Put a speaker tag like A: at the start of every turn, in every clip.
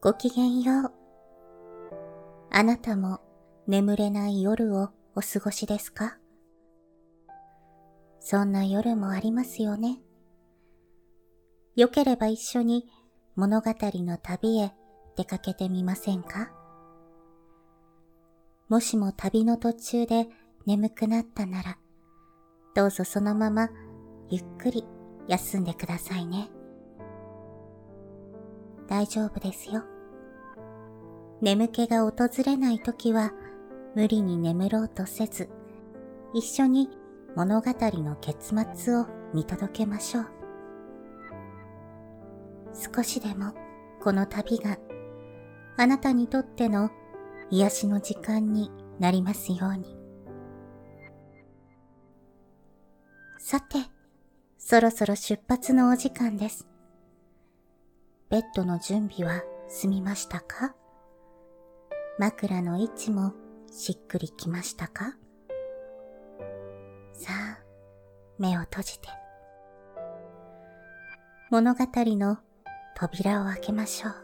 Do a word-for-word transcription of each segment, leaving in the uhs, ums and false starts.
A: ごきげんよう。あなたも眠れない夜をお過ごしですか？そんな夜もありますよね。よければ一緒に物語の旅へ出かけてみませんか？もしも旅の途中で眠くなったなら、どうぞそのままゆっくり休んでくださいね。大丈夫ですよ。眠気が訪れないときは無理に眠ろうとせず、一緒に物語の結末を見届けましょう。少しでもこの旅があなたにとっての癒しの時間になりますように。さて、そろそろ出発のお時間です。ベッドの準備は済みましたか？枕の位置もしっくりきましたか？さあ、目を閉じて。物語の扉を開けましょう。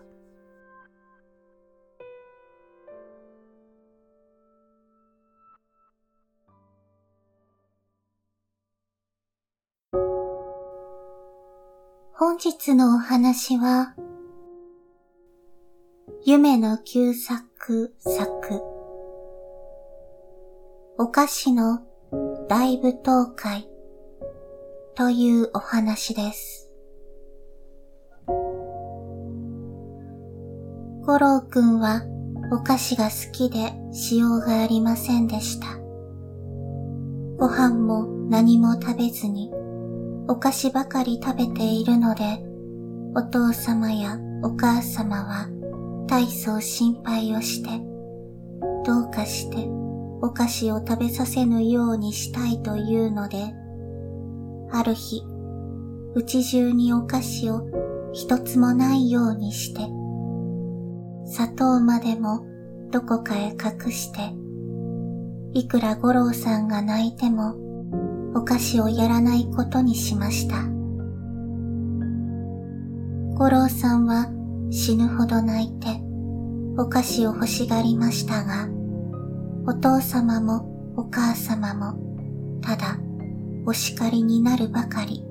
A: 本日のお話は、夢の旧作作、お菓子の大舞踏会というお話です。五郎くんはお菓子が好きでしようがありませんでした。ご飯も何も食べずにお菓子ばかり食べているので、お父様やお母様は大層心配をして、どうかしてお菓子を食べさせぬようにしたいというので、ある日、うち中にお菓子を一つもないようにして、砂糖までもどこかへ隠して、いくら五郎さんが泣いてもお菓子をやらないことにしました。五郎さんは死ぬほど泣いてお菓子を欲しがりましたが、お父様もお母様もただお叱りになるばかり。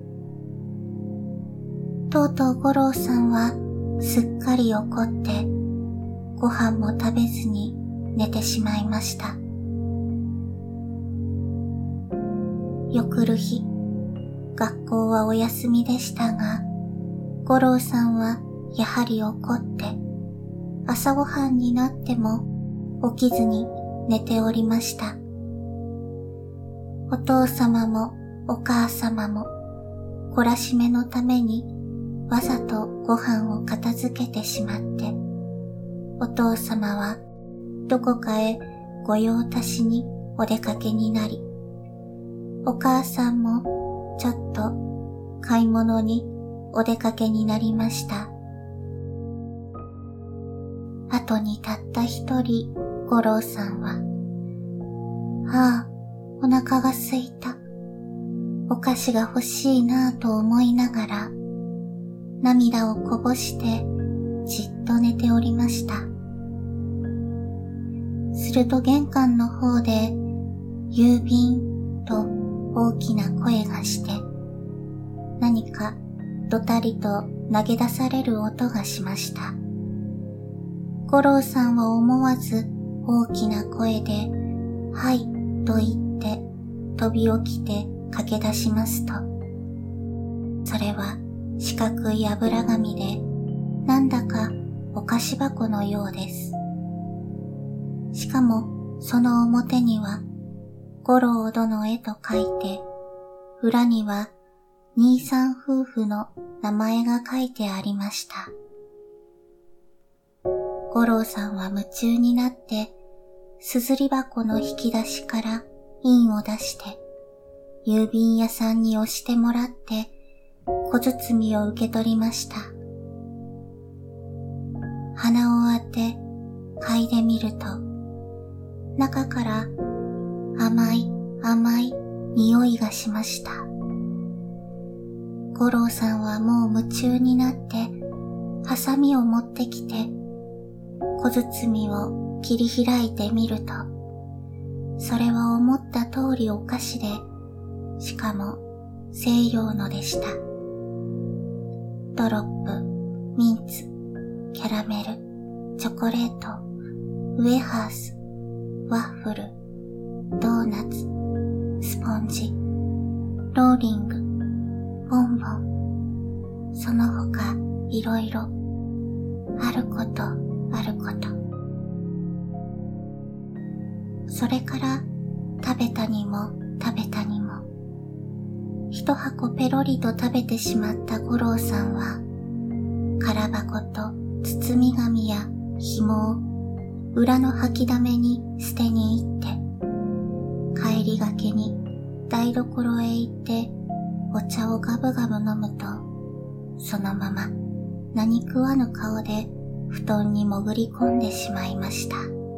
A: とうとう五郎さんはすっかり怒ってご飯も食べずに寝てしまいました。翌る日、学校はお休みでしたが、五郎さんはやはり怒って、朝ごはんになっても起きずに寝ておりました。お父様もお母様も懲らしめのためにわざとご飯を片付けてしまって、お父様はどこかへ御用達しにお出かけになり、お母さんもちょっと買い物にお出かけになりました。後にたった一人五郎さんは、ああ、お腹が空いた。お菓子が欲しいなぁと思いながら、涙をこぼしてじっと寝ておりました。すると玄関の方で、郵便と大きな声がして、何かどたりと投げ出される音がしました。五郎さんは思わず大きな声で、はいと言って飛び起きて駆け出しますと、それは四角い油紙で、なんだかお菓子箱のようです。しかもその表には五郎殿へと書いて、裏には兄さん夫婦の名前が書いてありました。五郎さんは夢中になって、すずり箱の引き出しから印を出して、郵便屋さんに押してもらって、小包を受け取りました。鼻を当て、嗅いでみると、中から甘い甘い匂いがしました。五郎さんはもう夢中になって、ハサミを持ってきて小包を切り開いてみると、それは思った通りお菓子で、しかも西洋のでした。ドロップ、ミンツ、キャラメル、チョコレート、ウェハース、ワッフル、ドーナツ、スポンジ、ローリング、ボンボン、その他いろいろ、あることあること。それから食べたにも食べたにも、一箱ペロリと食べてしまった五郎さんは、空箱と包み紙や紐を裏の掃きだめに捨てに行って、帰りがけに台所へ行ってお茶をガブガブ飲むと、そのまま何食わぬ顔で布団に潜り込んでしまいました。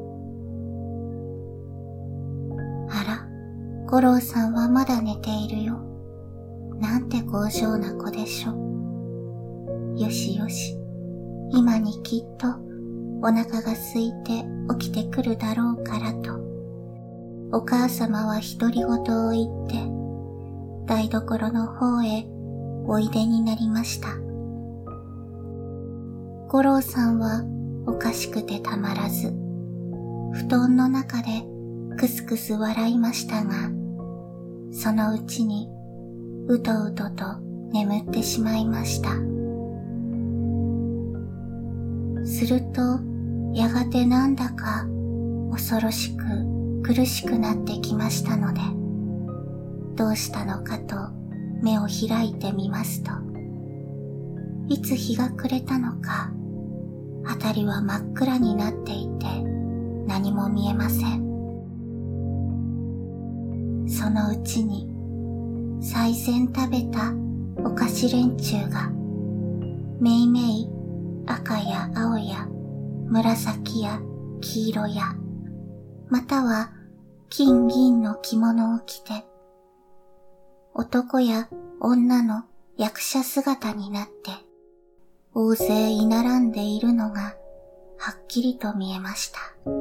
A: あら、五郎さんはまだ寝ているよ。なんて強情な子でしょ。よしよし、今にきっとお腹が空いて起きてくるだろうからと、お母様は独り言を言って、台所の方へおいでになりました。五郎さんはおかしくてたまらず、布団の中でくすくす笑いましたが、そのうちにうとうとと眠ってしまいました。すると、やがてなんだか恐ろしく苦しくなってきましたので、どうしたのかと目を開いてみますと、いつ日が暮れたのか、あたりは真っ暗になっていて何も見えません。そのうちに最前食べたお菓子連中がめいめい赤や青や紫や黄色や、または金銀の着物を着て、男や女の役者姿になって、大勢居並んでいるのがはっきりと見えました。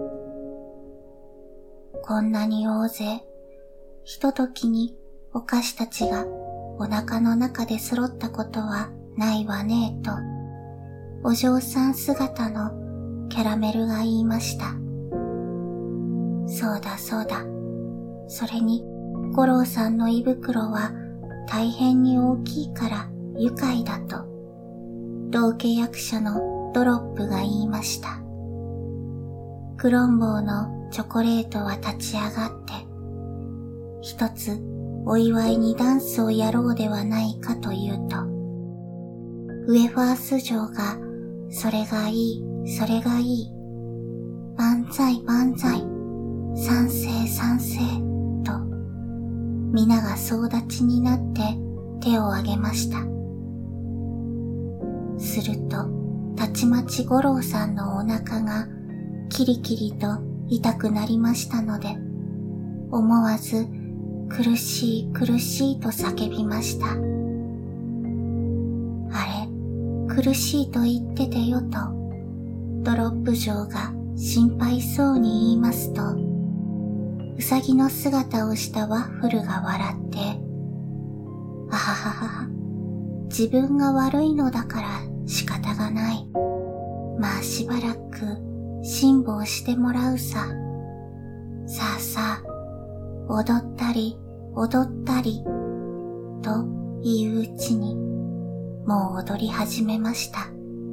A: こんなに大勢、ひとときにお菓子たちがお腹の中で揃ったことはないわねえと、お嬢さん姿のキャラメルが言いました。そうだそうだ。それに五郎さんの胃袋は大変に大きいから愉快だと、道家役者のドロップが言いました。クロンボーのチョコレートは立ち上がって、一つお祝いにダンスをやろうではないかと言うと、ウェファース嬢がそれがいい、それがいい、万歳万歳、賛成賛成と、皆が総立ちになって手を挙げました。すると、たちまち五郎さんのお腹がキリキリと痛くなりましたので、思わず苦しい苦しいと叫びました。あれ、苦しいと言っててよと、ドロップ嬢が心配そうに言いますと、うさぎの姿をしたワッフルが笑って、あははは、自分が悪いのだから仕方がない。まあしばらく辛抱してもらうさ。さあさあ、踊ったり踊ったり、といううちに、もう踊り始めました。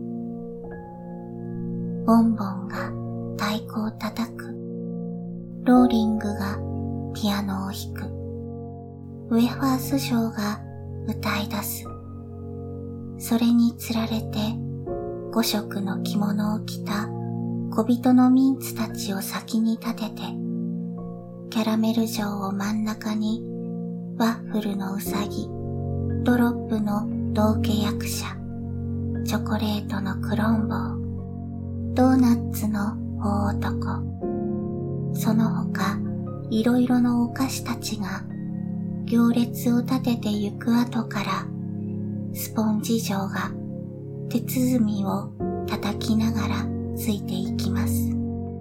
A: ボンボンが太鼓を叩く。ローリングがピアノを弾く。ウェファース嬢が歌い出す。それにつられて五色の着物を着た小人のミンツたちを先に立てて、キャラメル嬢を真ん中に、ワッフルのうさぎ、ドロップの道家役者、チョコレートのクロンボー、ドーナッツの大男、その他いろいろのお菓子たちが行列を立てて行く後から、スポンジ嬢が手鼓を叩きながらついていきます。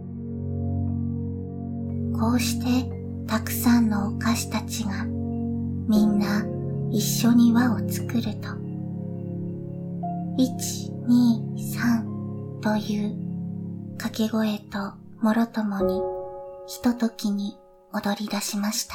A: こうしてたくさんのお菓子たちがみんな一緒に輪を作ると、いち、に、さんという掛け声ともろともにひとときに踊り出しました。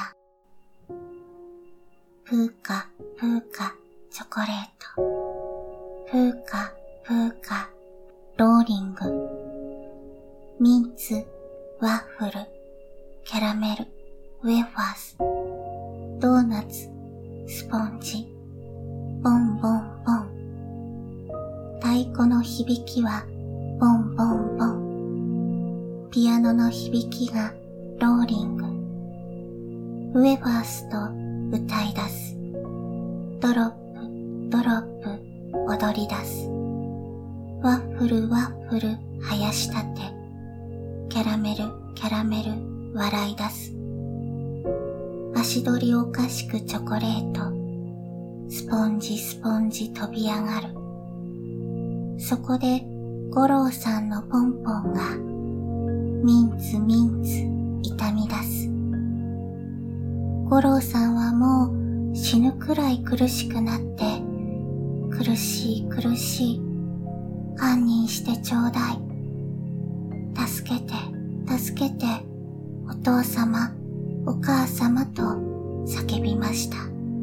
A: プーカプーカチョコレート、プーカプーカローリング、ミンツ、ワッフル、キャラメル、ウェファース、ドーナツ、スポンジ、ボンボンボン。太鼓の響きはボンボンボン。ピアノの響きがローリング。ウェファースと歌い出す。ドロップ、ドロップ、踊り出す。ワッフル、ワッフル、生やしたて。キャラメル、キャラメル、笑い出す。足取りおかしくチョコレート。スポンジスポンジ飛び上がる。そこで五郎さんのポンポンがミンツミンツ痛み出す。五郎さんはもう死ぬくらい苦しくなって、苦しい苦しい、堪忍してちょうだい。助けて、助けて、お父様、お母様と叫びました。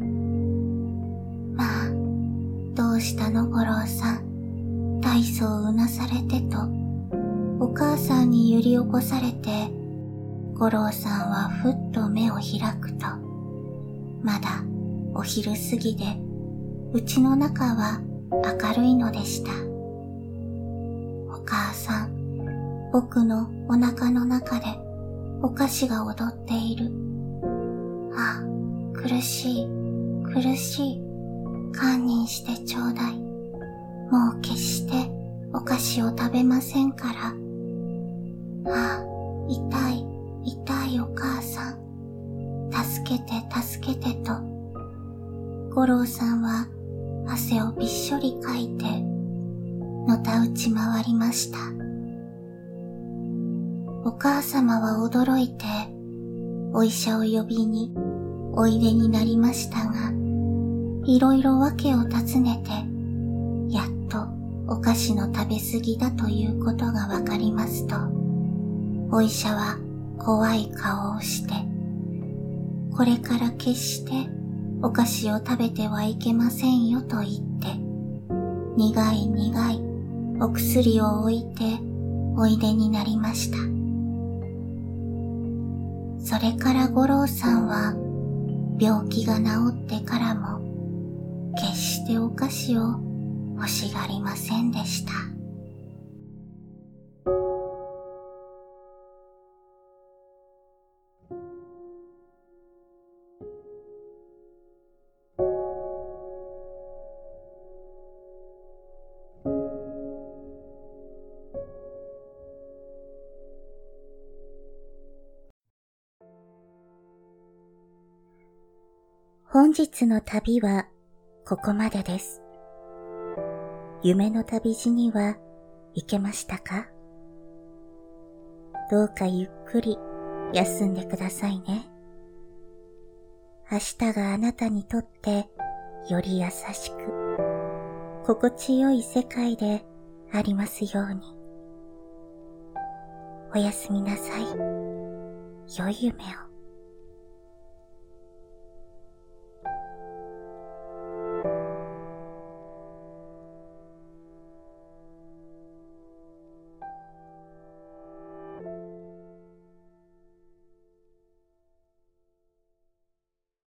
A: まあ、どうしたの五郎さん、大層うなされてと、お母さんに揺り起こされて、五郎さんはふっと目を開くと、まだお昼過ぎで、うちの中は明るいのでした。お母さん、僕のお腹の中でお菓子が踊っている。ああ、苦しい、苦しい。堪忍してちょうだい。もう決してお菓子を食べませんから。ああ、痛い、痛いお母さん。助けて、助けてと。五郎さんは汗をびっしょりかいて、のたうち回りました。お母様は驚いて、お医者を呼びにおいでになりましたが、いろいろ訳を尋ねて、やっとお菓子の食べ過ぎだということがわかりますと、お医者は怖い顔をして、これから決してお菓子を食べてはいけませんよと言って、苦い苦いお薬を置いておいでになりました。それから五郎さんは病気が治ってからも決してお菓子を欲しがりませんでした。本日の旅はここまでです。夢の旅路には行けましたか？どうかゆっくり休んでくださいね。明日があなたにとってより優しく、心地よい世界でありますように。おやすみなさい。良い夢を。